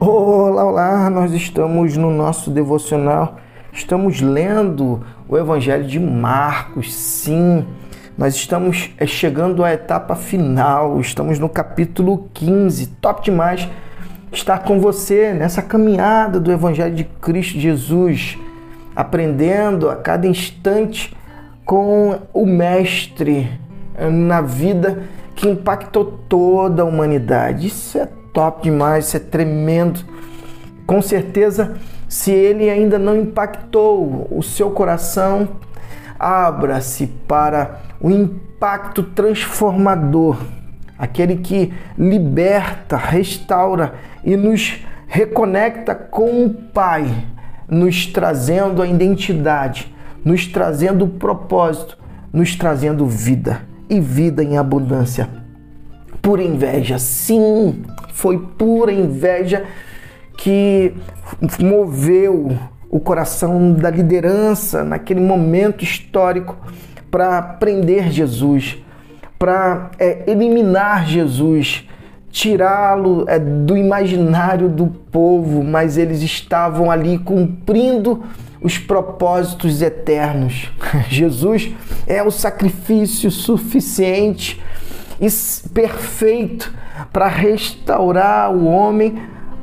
Olá, olá! Nós estamos no nosso devocional, estamos lendo o Evangelho de Marcos, sim. Nós estamos chegando à etapa final, estamos no capítulo 15. Top demais estar com você nessa caminhada do Evangelho de Cristo Jesus, aprendendo a cada instante com o Mestre na vida que impactou toda a humanidade. Isso é top demais, isso é tremendo. Com certeza, se ele ainda não impactou o seu coração, abra-se para o impacto transformador, aquele que liberta, restaura e nos reconecta com o Pai, nos trazendo a identidade, nos trazendo o propósito, nos trazendo vida e vida em abundância. Pura inveja, sim, foi pura inveja que moveu o coração da liderança naquele momento histórico para prender Jesus, para eliminar Jesus, tirá-lo do imaginário do povo, mas eles estavam ali cumprindo os propósitos eternos. Jesus é o sacrifício suficiente e perfeito para restaurar o homem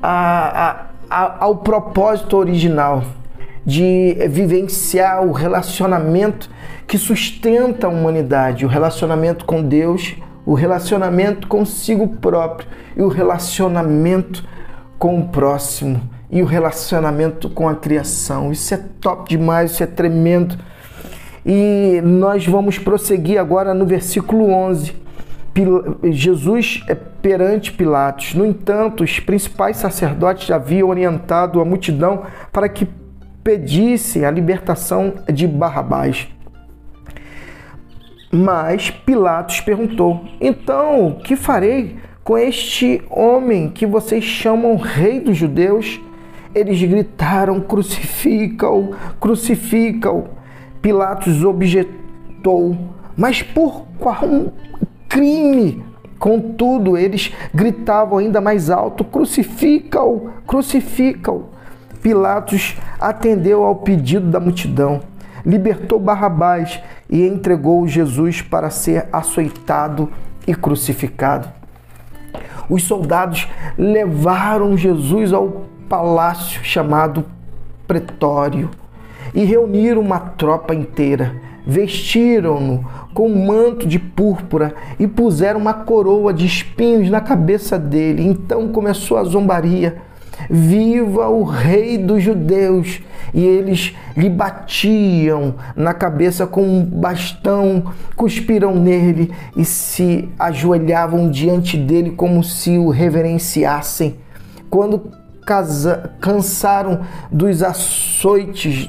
ao propósito original de vivenciar o relacionamento que sustenta a humanidade, o relacionamento com Deus, o relacionamento consigo próprio e o relacionamento com o próximo e o relacionamento com a criação. Isso é top demais, isso é tremendo. E nós vamos prosseguir agora no versículo 11. Jesus é perante Pilatos. No entanto, os principais sacerdotes haviam orientado a multidão para que pedissem a libertação de Barrabás. Mas Pilatos perguntou: então, o que farei com este homem que vocês chamam rei dos judeus? Eles gritaram: crucifica-o, crucifica-o. Pilatos objetou: mas por qual crime? Contudo, eles gritavam ainda mais alto: crucifica-o, crucifica-o. Pilatos atendeu ao pedido da multidão, libertou Barrabás e entregou Jesus para ser açoitado e crucificado. Os soldados levaram Jesus ao palácio chamado Pretório e reuniram uma tropa inteira. Vestiram-no com um manto de púrpura e puseram uma coroa de espinhos na cabeça dele. Então começou a zombaria: viva o rei dos judeus! E eles lhe batiam na cabeça com um bastão, cuspiram nele e se ajoelhavam diante dele como se o reverenciassem. Quando cansaram dos açoites,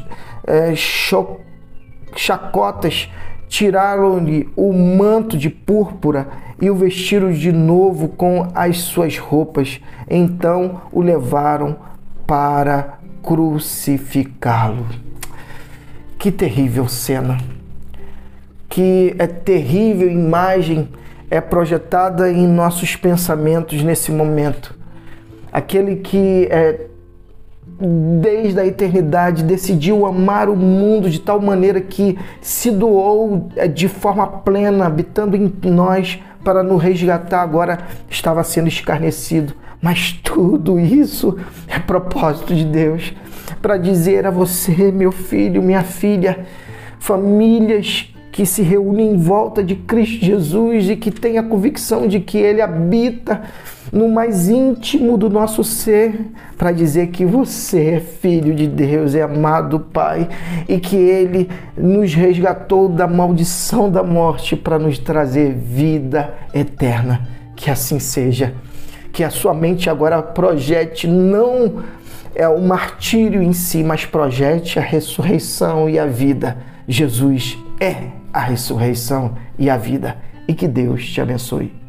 chacotas, tiraram-lhe o manto de púrpura e o vestiram de novo com as suas roupas. Então o levaram para crucificá-lo. Que terrível cena, que terrível imagem é projetada em nossos pensamentos nesse momento. Aquele que desde a eternidade decidiu amar o mundo de tal maneira que se doou de forma plena, habitando em nós para nos resgatar, agora estava sendo escarnecido. Mas tudo isso é propósito de Deus para dizer a você, meu filho, minha filha, famílias que se reúnem em volta de Cristo Jesus e que têm a convicção de que Ele habita no mais íntimo do nosso ser, para dizer que você é filho de Deus, é amado do Pai e que Ele nos resgatou da maldição da morte para nos trazer vida eterna. Que assim seja. Que a sua mente agora projete não o martírio em si, mas projete a ressurreição e a vida. Jesus é a ressurreição e a vida. E que Deus te abençoe.